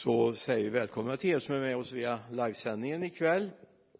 Så säger vi välkomna till er som är med oss via livesändningen ikväll.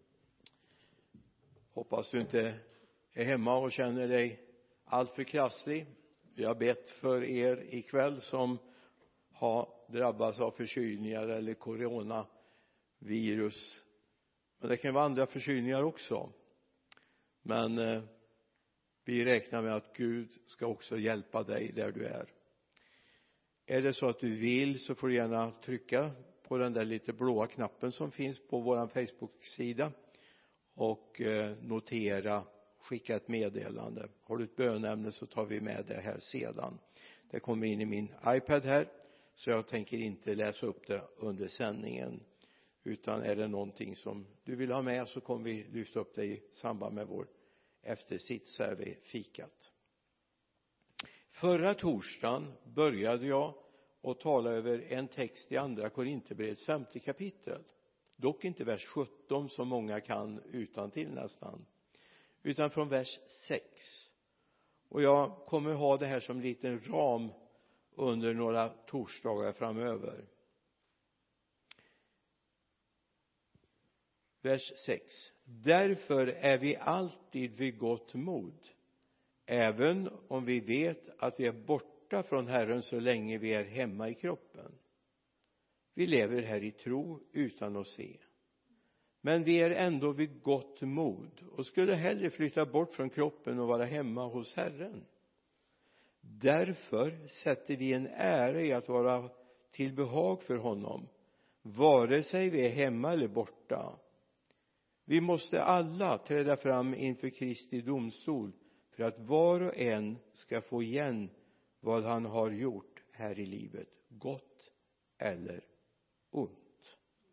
Hoppas du inte är hemma och känner dig allt för krasslig. Vi har bett för er ikväll som har drabbats av förkylningar eller coronavirus. Men det kan vara andra förkylningar också. Men vi räknar med att Gud ska också hjälpa dig där du är. Är det så att du vill så får du gärna trycka på den där lite blåa knappen som finns på vår Facebook-sida och notera, skicka ett meddelande. Har du ett bönämne så tar vi med det här sedan. Det kommer in i min iPad här så jag tänker inte läsa upp det under sändningen. Utan är det någonting som du vill ha med så kommer vi lyfta upp det i samband med vår eftersits här vid fikat. Förra torsdagen började jag att tala över en text i andra Korinthierbrevets 5:e kapitel. Dock inte vers 17 som många kan utantill nästan. Utan från vers 6. Och jag kommer ha det här som en liten ram under några torsdagar framöver. Vers 6. Därför är vi alltid vid gott mod. Även om vi vet att vi är borta från Herren så länge vi är hemma i kroppen. Vi lever här i tro utan att se. Men vi är ändå vid gott mod och skulle hellre flytta bort från kroppen och vara hemma hos Herren. Därför sätter vi en ära i att vara till behag för honom, vare sig vi är hemma eller borta. Vi måste alla träda fram inför Kristi domstol för att var och en ska få igen vad han har gjort här i livet, gott eller ont.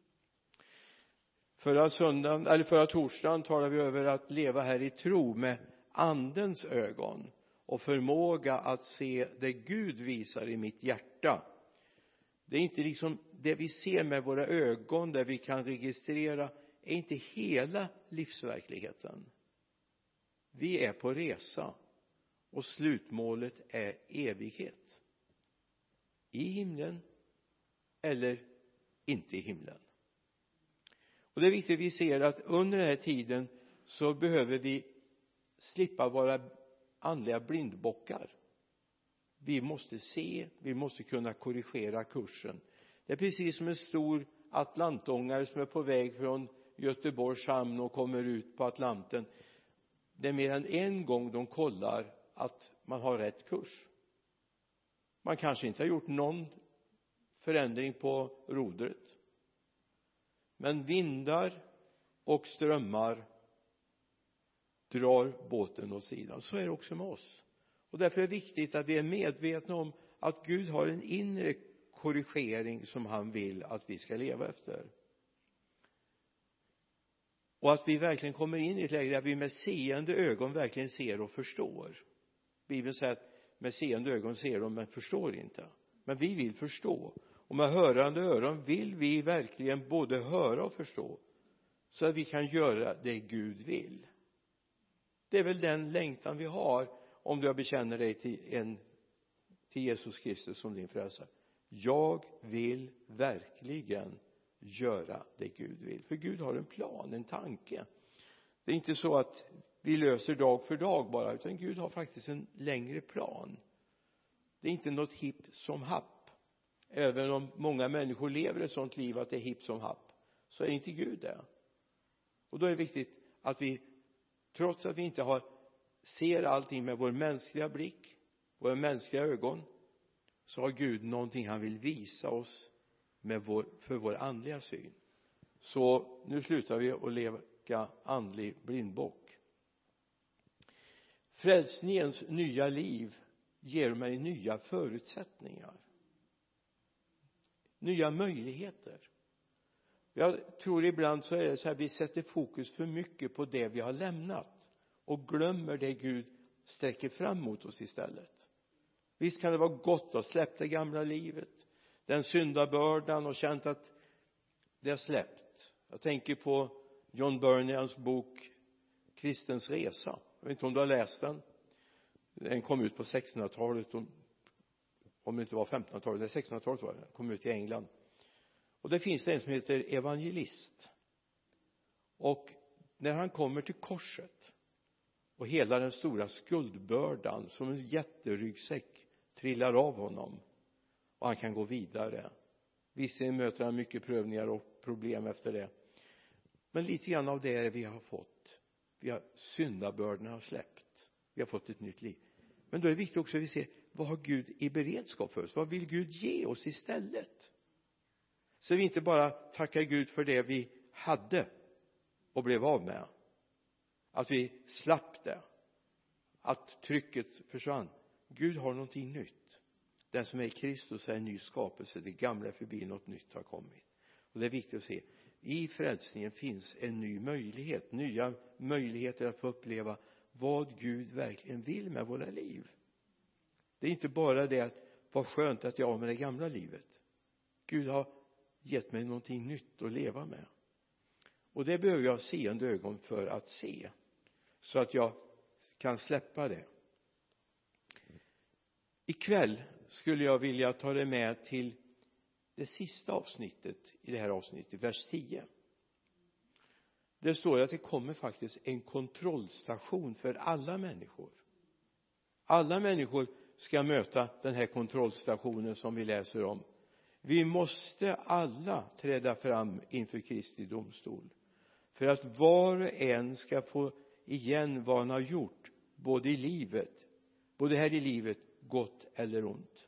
Förra torsdagen talade vi över att leva här i tro med andens ögon och förmåga att se det Gud visar i mitt hjärta. Det är inte liksom det vi ser med våra ögon där vi kan registrera är inte hela livsverkligheten. Vi är på resa och slutmålet är evighet. I himlen eller inte i himlen. Och det är viktigt att vi ser att under den här tiden så behöver vi slippa vara andliga blindbockar. Vi måste se, vi måste kunna korrigera kursen. Det är precis som en stor atlantångare som är på väg från Göteborgs hamn och kommer ut på Atlanten. Det är mer än en gång de kollar att man har rätt kurs. Man kanske inte har gjort någon förändring på rodret. Men vindar och strömmar drar båten åt sidan. Så är det också med oss. Och därför är det viktigt att vi är medvetna om att Gud har en inre korrigering som han vill att vi ska leva efter. Och att vi verkligen kommer in i ett läge där vi med seende ögon verkligen ser och förstår. Bibeln säger att med seende ögon ser de men förstår inte. Men vi vill förstå. Och med hörande öron vill vi verkligen både höra och förstå. Så att vi kan göra det Gud vill. Det är väl den längtan vi har om du bekänner dig till Jesus Kristus som din frälsare. Jag vill verkligen göra det Gud vill. För Gud har en plan, en tanke. Det är inte så att vi löser dag för dag bara, utan Gud har faktiskt en längre plan. Det är inte något hipp som happ. Även om många människor lever ett sånt liv att det är hipp som happ, så är inte Gud det. Och då är det viktigt att vi, trots att vi inte ser allting med vår mänskliga blick, våra mänskliga ögon, så har Gud någonting han vill visa oss för vår andliga syn. Så nu slutar vi att leka andlig blindbock. Frälsningens nya liv ger mig nya förutsättningar. Nya möjligheter. Jag tror ibland så är det så här, vi sätter fokus för mycket på det vi har lämnat och glömmer det Gud sträcker fram mot oss istället. Visst kan det vara gott att släppa det gamla livet, den syndabördan och känt att det är släppt. Jag tänker på John Burneyans bok Kristens resa. Jag vet inte om du har läst den. Den kom ut på 1600-talet, om det inte var 1500-talet, det är 1600-talet var det. Kom ut i England. Och det finns en som heter evangelist. Och när han kommer till korset och hela den stora skuldbördan som en jätteryggsäck trillar av honom och han kan gå vidare. Visserligen möter han mycket prövningar och problem efter det. Men lite grann av det vi har fått. Syndabörden har släppt. Vi har fått ett nytt liv. Men då är det viktigt också att vi ser, vad har Gud i beredskap för oss? Vad vill Gud ge oss istället? Så vi inte bara tackar Gud för det vi hade och blev av med. Att vi slapp det. Att trycket försvann. Gud har någonting nytt. Den som är i Kristus är en ny skapelse. Det gamla är förbi, något nytt har kommit. Och det är viktigt att se. I frälsningen finns en ny möjlighet. Nya möjligheter att få uppleva vad Gud verkligen vill med våra liv. Det är inte bara det att vad skönt att jag har med det gamla livet. Gud har gett mig någonting nytt att leva med. Och det behöver jag seende ögon för att se. Så att jag kan släppa det. Ikväll skulle jag vilja ta det med till det sista avsnittet i det här avsnittet, vers 10. Det står att det kommer faktiskt en kontrollstation för alla människor. Alla människor ska möta den här kontrollstationen som vi läser om. Vi måste alla träda fram inför Kristi domstol. För att var och en ska få igen vad han har gjort. Både här i livet, gott eller ont.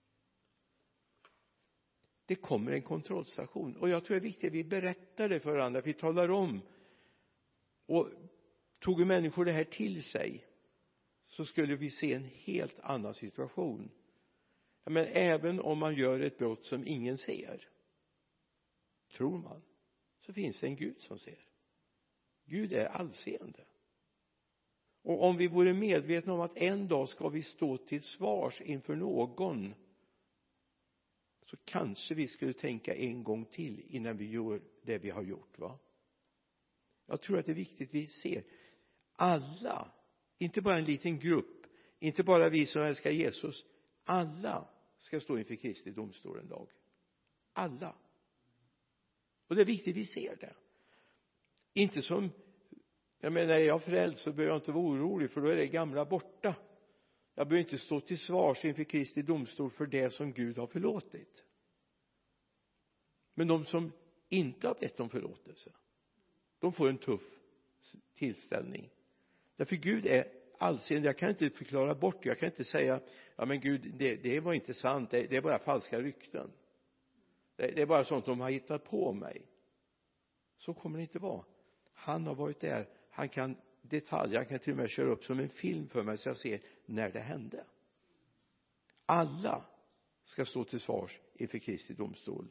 Det kommer en kontrollstation. Och jag tror det är viktigt att vi berättar det för varandra. Att vi talar om. Och tog människor det här till sig, så skulle vi se en helt annan situation. Men även om man gör ett brott som ingen ser, tror man, så finns det en Gud som ser. Gud är allseende. Och om vi vore medvetna om att en dag ska vi stå till svars inför någon, så kanske vi skulle tänka en gång till innan vi gör det vi har gjort, va? Jag tror att det är viktigt att vi ser alla, inte bara en liten grupp, inte bara vi som älskar Jesus, alla ska stå inför Kristi domstol en dag. Alla. Och det är viktigt att vi ser det. Inte som, när jag är frälst så behöver jag inte vara orolig, för då är det gamla borta. Jag behöver inte stå till svars inför Kristi domstol för det som Gud har förlåtit. Men de som inte har bett om förlåtelse, de får en tuff tillställning. Därför Gud är allseende. Jag kan inte förklara bort det. Jag kan inte säga, ja men Gud, det var inte sant. Det är bara falska rykten. Det är bara sånt de har hittat på mig. Så kommer det inte vara. Han har varit där. Han kan detaljer. Han kan till och med köra upp som en film för mig så jag ser när det hände. Alla ska stå till svars inför Kristi domstol.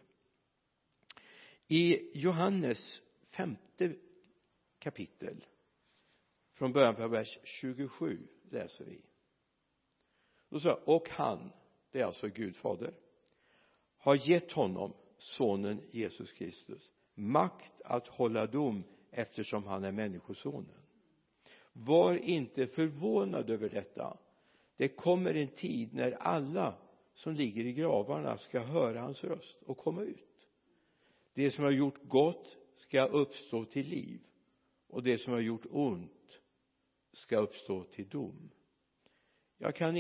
I Johannes 5:e kapitel, från början på vers 27 läser vi. Då sa, och han, det är alltså Gud fader, har gett honom, sonen Jesus Kristus, makt att hålla dom eftersom han är människosonen. Var inte förvånad över detta. Det kommer en tid när alla som ligger i gravarna ska höra hans röst och komma ut. Det som har gjort gott ska uppstå till liv, och det som har gjort ont ska uppstå till dom. Jag kan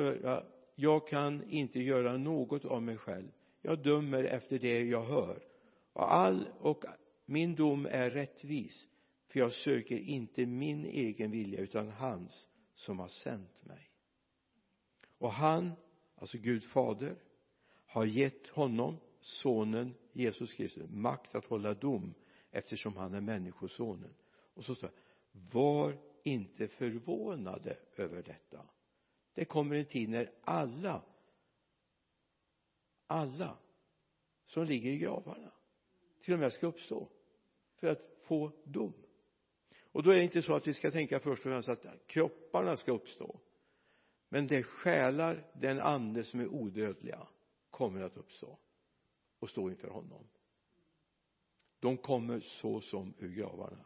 inte göra något av mig själv. Jag dömer efter det jag hör. Och min dom är rättvis, för jag söker inte min egen vilja utan hans som har sänt mig. Och han, alltså Gud fader, har gett honom, sonen Jesus Kristus, makt att hålla dom eftersom han är människosonen. Och så står det, var inte förvånade över detta. Det kommer en tid när alla som ligger i gravarna till och med ska uppstå för att få dom. Och då är det inte så att vi ska tänka först och främst att kropparna ska uppstå. Men det själar, den ande som är odödliga, kommer att uppstå och stå inför honom. De kommer så som ur gravarna.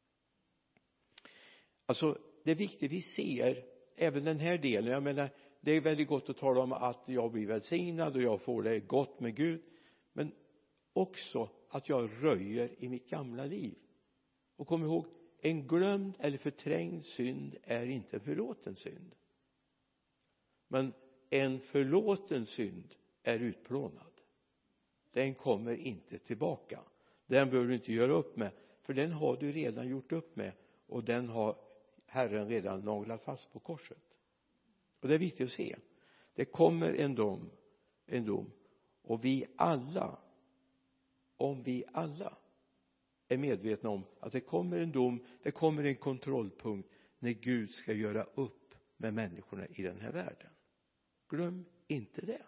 Alltså det är viktigt vi ser även den här delen. Jag menar, det är väldigt gott att tala om att jag blir välsignad och jag får det gott med Gud. Men också att jag röjer i mitt gamla liv. Och kom ihåg, en glömd eller förträngd synd är inte en förlåten synd. Men en förlåten synd är utplånad. Den kommer inte tillbaka. Den behöver du inte göra upp med. För den har du redan gjort upp med. Och den har Herren redan naglat fast på korset. Och det är viktigt att se. Det kommer en dom. Och vi alla, om vi alla är medvetna om att det kommer en dom, det kommer en kontrollpunkt när Gud ska göra upp med människorna i den här världen. Glöm inte det.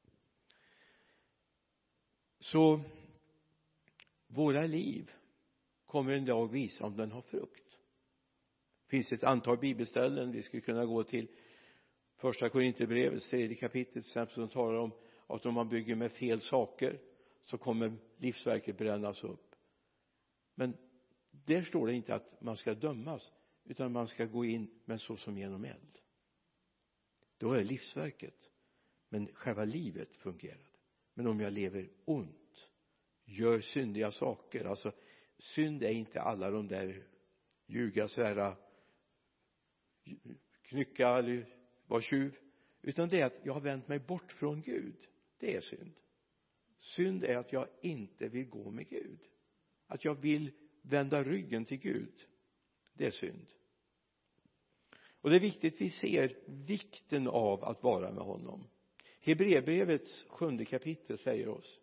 Så våra liv kommer en dag visa om den har frukt. Det finns ett antal bibelställen vi skulle kunna gå till. Första Korinthierbrevets 3:e kapitel som talar om att om man bygger med fel saker så kommer livsverket brännas upp. Men där står det inte att man ska dömas, utan man ska gå in med så som genom eld. Då är det livsverket. Men själva livet fungerar. Men om jag lever ont, gör syndiga saker, alltså synd är inte alla de där ljuga, svära, knycka eller vara tjuv, utan det är att jag har vänt mig bort från Gud. Det är synd. Synd är att jag inte vill gå med Gud. Att jag vill vända ryggen till Gud. Det är synd. Och det är viktigt vi ser vikten av att vara med honom. Hebreerbrevets 7:e kapitel säger oss: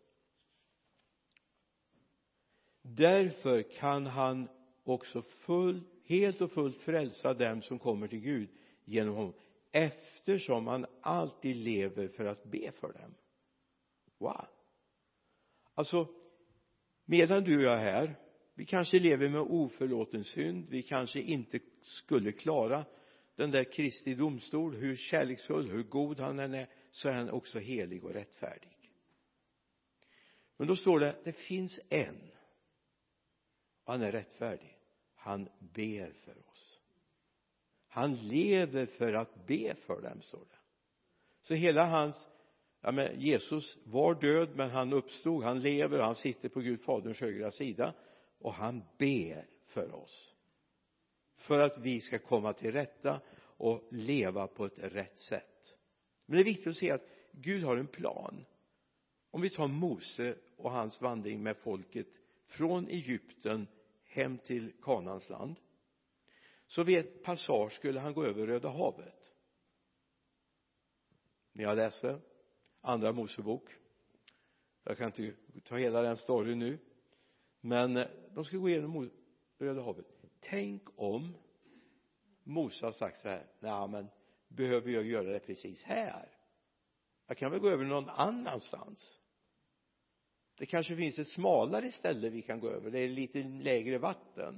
därför kan han också helt och fullt frälsa dem som kommer till Gud genom honom, eftersom han alltid lever för att be för dem. Wow! Alltså, medan du och jag är här, vi kanske lever med oförlåten synd, vi kanske inte skulle klara den där Kristi domstol, hur kärleksfull, hur god han än är, så är han också helig och rättfärdig. Men då står det finns en, och han är rättfärdig. Han ber för oss. Han lever för att be för dem, står det. Så hela hans, Jesus var död, men han uppstod, han lever, han sitter på Gud faderns högra sida, och han ber för oss. För att vi ska komma till rätta och leva på ett rätt sätt. Men det är viktigt att se att Gud har en plan. Om vi tar Mose och hans vandring med folket från Egypten hem till Kanaans land, så vid ett passage skulle han gå över Röda havet. Ni har läst det, Andra Mosebok. Jag kan inte ta hela den storyn nu, men de skulle gå igenom Röda havet. Tänk om Mose har sagt så här: nej, men behöver jag göra det precis här? Jag kan väl gå över någon annanstans. Det kanske finns ett smalare ställe vi kan gå över. Det är lite lägre vatten.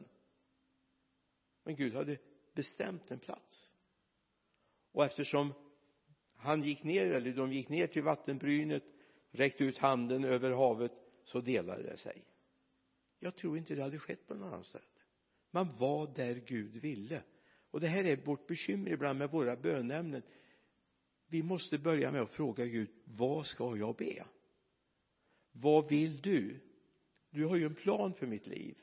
Men Gud hade bestämt en plats. Och eftersom de gick ner till vattenbrynet, räckte ut handen över havet, så delade det sig. Jag tror inte det hade skett på någon annan ställe. Man var där Gud ville. Och det här är vårt bekymmer ibland med våra bönämnen. Vi måste börja med att fråga Gud: vad ska jag be? Vad vill du? Du har ju en plan för mitt liv.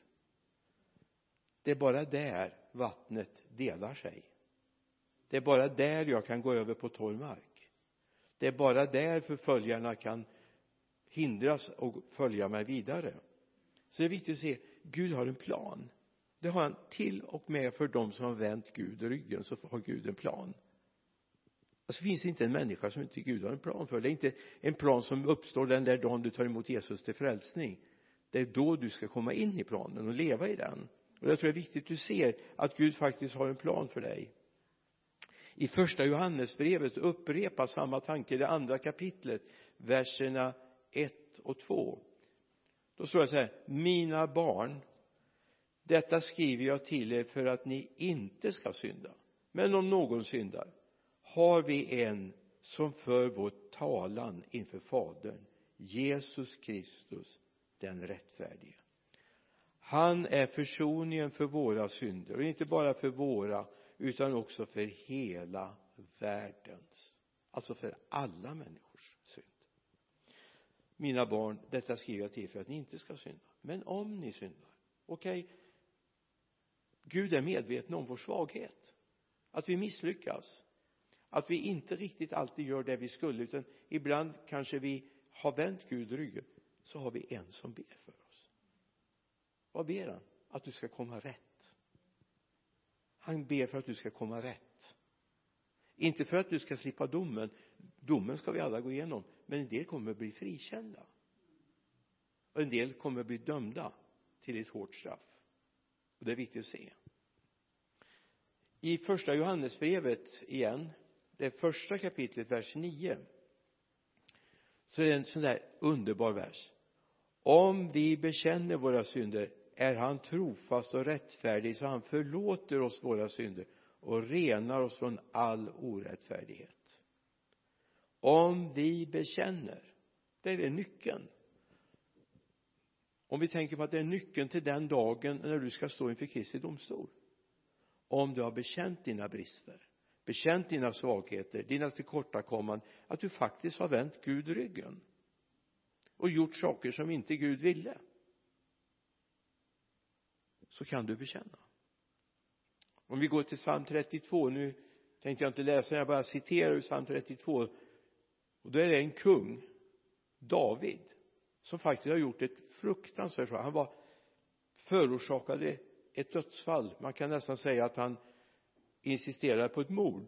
Det är bara där vattnet delar sig. Det är bara där jag kan gå över på torr mark. Det är bara där förföljarna kan hindras och följa mig vidare. Så det är viktigt att se, Gud har en plan. Det har han till och med för dem som har vänt Gud ryggen, så har Gud en plan. Alltså finns det inte en människa som inte Gud har en plan för. Det är inte en plan som uppstår den där dagen du tar emot Jesus till frälsning. Det är då du ska komma in i planen och leva i den. Och jag tror det är viktigt att du ser att Gud faktiskt har en plan för dig. I första Johannesbrevet upprepas samma tanke i det andra kapitlet, verserna 1 och 2. Då står det så här: mina barn, detta skriver jag till er för att ni inte ska synda. Men om någon syndar, har vi en som för vår talan inför Fadern, Jesus Kristus, den rättfärdige. Han är försoningen för våra synder, och inte bara för våra, utan också för hela världens, alltså för alla människors synd. mina barn, detta skriver jag till för att ni inte ska synda. Men om ni syndar, okej. Gud är medveten om vår svaghet. Att vi misslyckas. Att vi inte riktigt alltid gör det vi skulle, utan ibland kanske vi har vänt Gud ryggen. Så har vi en som ber för oss. Vad ber han? Att du ska komma rätt. Han ber för att du ska komma rätt. Inte för att du ska slippa domen. Domen ska vi alla gå igenom. Men en del kommer att bli frikända. Och en del kommer att bli dömda till ett hårt straff. Och det är viktigt att se. I första Johannesbrevet igen, det första kapitlet, vers 9. Så är det en sån där underbar vers. Om vi bekänner våra synder är han trofast och rättfärdig så han förlåter oss våra synder och renar oss från all orättfärdighet. Om vi bekänner, det är nyckeln. Om vi tänker på att det är nyckeln till den dagen när du ska stå inför Kristi domstol. Om du har bekänt dina brister, bekänt dina svagheter, dina tillkortakommanden, att du faktiskt har vänt Gud ryggen och gjort saker som inte Gud ville, så kan du bekänna. Om vi går till psalm 32, nu tänkte jag inte läsa, jag bara citerar ur psalm 32, och då är det en kung, David, som faktiskt har gjort ett fruktansvärt. Han var förorsakade ett dödsfall. Man kan nästan säga att han insisterade på ett mord.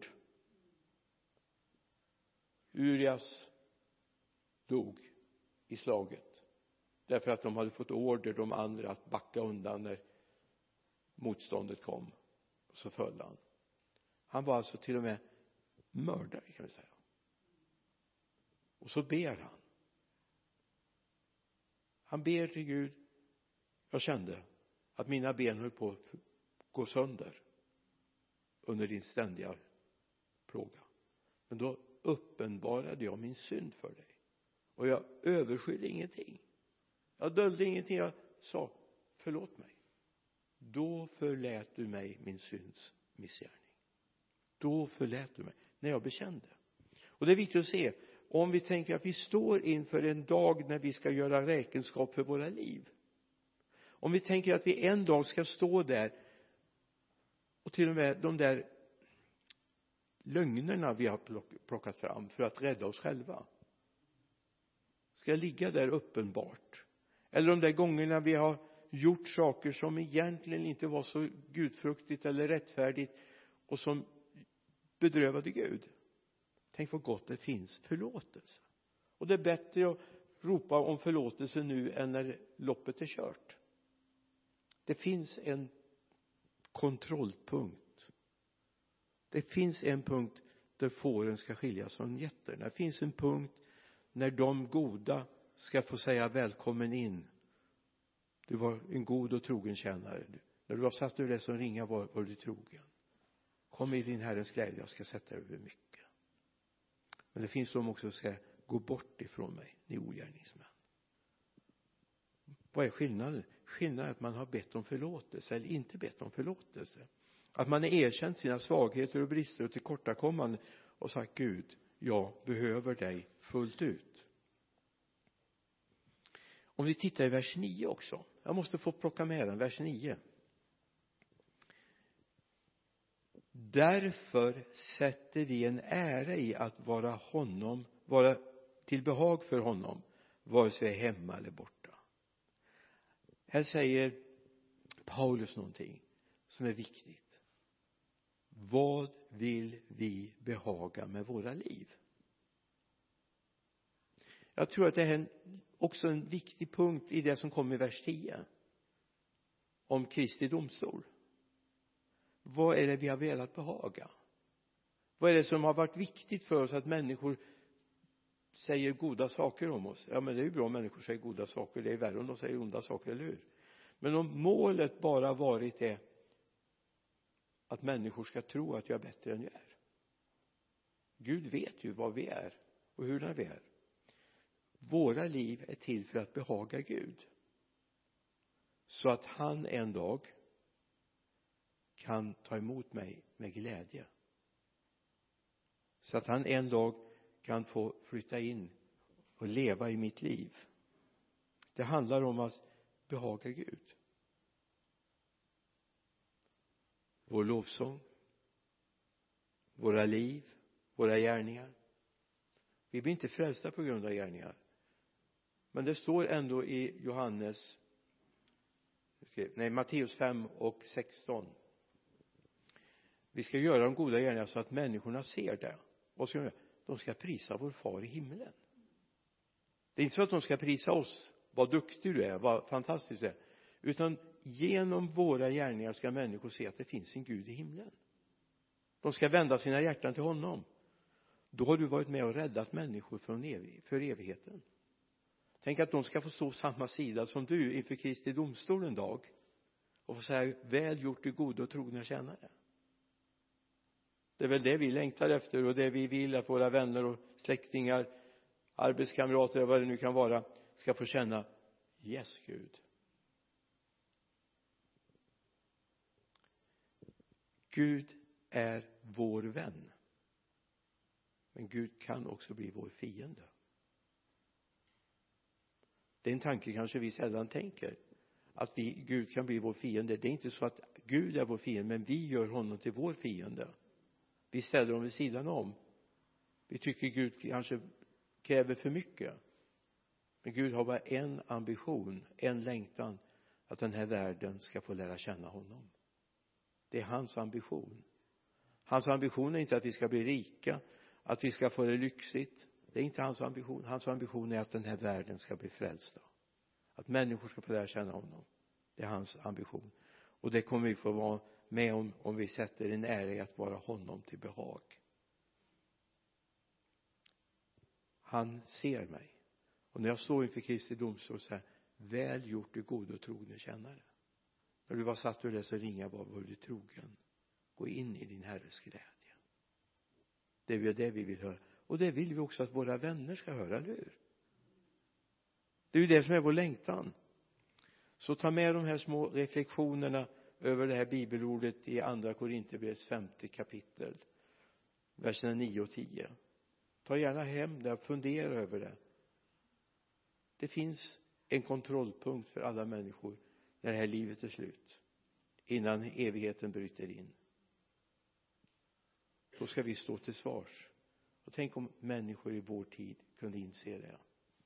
Urias dog i slaget därför att de hade fått order, de andra, att backa undan när motståndet kom. Och så föll han. Han var alltså till och med mördare, kan vi säga. Och så ber han. Han ber till Gud. Jag kände att mina ben höll på att gå sönder under din ständiga plåga. Men då uppenbarade jag min synd för dig. Och jag överskyllde ingenting. Jag döljde ingenting. Jag sa, förlåt mig. Då förlät du mig min synds missgärning. Då förlät du mig. När jag bekände. Och det är viktigt att se. Om vi tänker att vi står inför en dag när vi ska göra räkenskap för våra liv. Om vi tänker att vi en dag ska stå där och till och med de där lögnerna vi har plockat fram för att rädda oss själva ska ligga där uppenbart. Eller de där gångerna vi har gjort saker som egentligen inte var så gudfruktigt eller rättfärdigt och som bedrövade Gud. Tänk vad gott det finns förlåtelse. Och det är bättre att ropa om förlåtelse nu än när loppet är kört. Det finns en kontrollpunkt. Det finns en punkt där fåren ska skiljas från getterna. Det finns en punkt när de goda ska få säga välkommen in. Du var en god och trogen tjänare. När du har satt ur det som ringa var du trogen. Kom i din Herrens glädje, jag ska sätta dig över mycket. Men det finns de också som ska gå bort ifrån mig, ni ogärningsmän. Vad är skillnaden? Skillnaden är att man har bett om förlåtelse eller inte bett om förlåtelse. Att man är erkänt sina svagheter och brister och tillkortakommanden och sagt, Gud, jag behöver dig fullt ut. Om vi tittar i vers 9 också. Jag måste få plocka med den, vers 9. Därför sätter vi en ära i att vara till behag för honom, vare sig vi är hemma eller borta. Här säger Paulus någonting som är viktigt. Vad vill vi behaga med våra liv? Jag tror att det är också en viktig punkt i det som kommer i vers 10. Om Kristi domstol. Vad är det vi har velat behaga? Vad är det som har varit viktigt för oss att människor säger goda saker om oss? Ja, men det är ju bra om människor säger goda saker. Det är värre om de säger onda saker, eller hur? Men om målet bara varit det att människor ska tro att jag är bättre än jag är. Gud vet ju vad vi är och hur vi är. Våra liv är till för att behaga Gud. Så att han en dag kan ta emot mig med glädje. Så att han en dag kan få flytta in och leva i mitt liv. Det handlar om att behaga Gud. Vår lovsång, våra liv, våra gärningar. Vi blir inte frälsta på grund av gärningar. Men det står ändå i Matteus 5 och 16. Vi ska göra de goda gärningarna så att människorna ser det. Vad ska de göra? De ska prisa vår far i himlen. Det är inte så att de ska prisa oss. Vad duktig du är, vad fantastisk du är. Utan genom våra gärningar ska människor se att det finns en Gud i himlen. De ska vända sina hjärtan till honom. Då har du varit med och räddat människor för evigheten. Tänk att de ska få stå samma sida som du inför Kristi domstol en dag. Och få säga, väl gjort du goda och trogna tjänare. Det är väl det vi längtar efter och det vi vill att våra vänner och släktingar, arbetskamrater och vad det nu kan vara ska få känna. Yes, Gud. Gud är vår vän. Men Gud kan också bli vår fiende. Det är en tanke kanske vi sällan tänker. Att Gud kan bli vår fiende. Det är inte så att Gud är vår fiende, men vi gör honom till vår fiende. Vi ställer dem vid sidan om. Vi tycker Gud kanske kräver för mycket. Men Gud har bara en ambition, en längtan. Att den här världen ska få lära känna honom. Det är hans ambition. Hans ambition är inte att vi ska bli rika. Att vi ska få det lyxigt. Det är inte hans ambition. Hans ambition är att den här världen ska bli frälsta. Att människor ska få lära känna honom. Det är hans ambition. Och det kommer vi få vara med om vi sätter en ära i att vara honom till behag. Han ser mig. Och när jag står inför Kristi domstol så här, väl gjort du god och trogne tjänare. När du var satt ur det så ringa var du trogen. Gå in i din Herres glädje. Det är det vi vill höra. Och det vill vi också att våra vänner ska höra, eller hur? Det är ju det som är vår längtan. Så ta med de här små reflektionerna över det här bibelordet i andra Korinthierbrevets 5:e kapitel. Verserna 9 och 10. Ta gärna hem det och fundera över det. Det finns en kontrollpunkt för alla människor när det här livet är slut. Innan evigheten bryter in. Då ska vi stå till svars. Och tänk om människor i vår tid kunde inse det.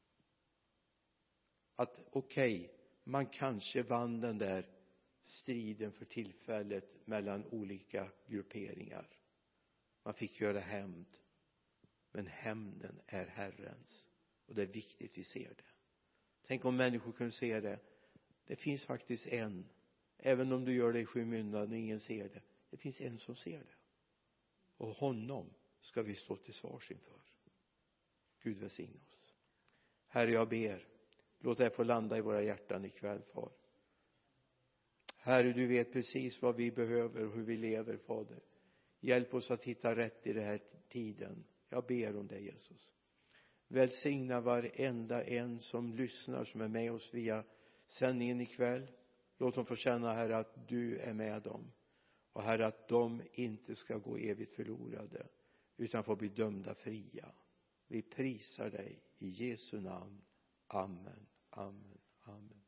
Att okej, man kanske vann den där striden för tillfället mellan olika grupperingar. Man fick göra hämnd. Men hämnden är Herrens. Och det är viktigt vi ser det. Tänk om människor kunde se det. Det finns faktiskt en. Även om du gör det i skymundan och ingen ser det. Det finns en som ser det. Och honom ska vi stå till svars inför. Gud välsigne oss. Herre, jag ber. Låt det få landa i våra hjärtan ikväll, far. Herre, du vet precis vad vi behöver och hur vi lever, fader. Hjälp oss att hitta rätt i den här tiden. Jag ber om det, Jesus. Välsigna varenda en som lyssnar, som är med oss via sändningen ikväll. Låt dem få känna, Herre, att du är med dem. Och Herre, att de inte ska gå evigt förlorade, utan få bli dömda fria. Vi prisar dig i Jesu namn. Amen, amen, amen.